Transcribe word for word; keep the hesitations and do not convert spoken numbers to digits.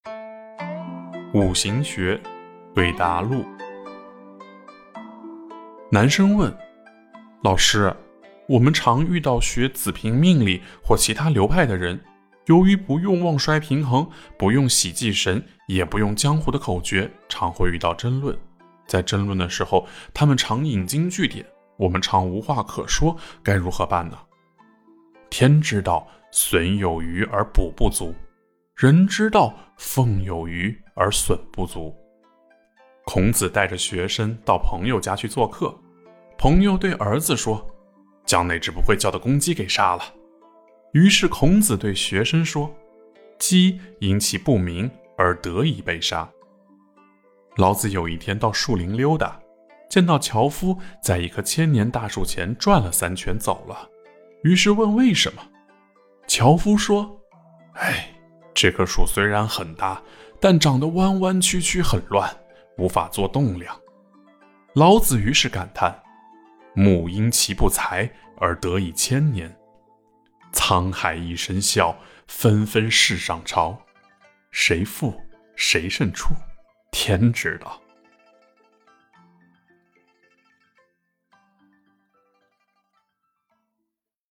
五行学对答录。男生问：老师，我们常遇到学子平命理或其他流派的人，由于不用旺衰平衡，不用喜忌神，也不用江湖的口诀，常会遇到争论。在争论的时候，他们常引经据典，我们常无话可说，该如何办呢？天知道损有余而补不足，人知道凤有余而损不足。孔子带着学生到朋友家去做客，朋友对儿子说：将那只不会叫的公鸡给杀了。于是孔子对学生说：鸡因其不鸣而得以被杀。老子有一天到树林溜达，见到樵夫在一棵千年大树前转了三圈走了，于是问为什么。樵夫说：哎，这棵树虽然很大，但长得弯弯曲曲很乱，无法做栋梁。老子于是感叹：木因其不才而得以千年，沧海一声笑，纷纷世上潮。谁富谁胜出，天知道。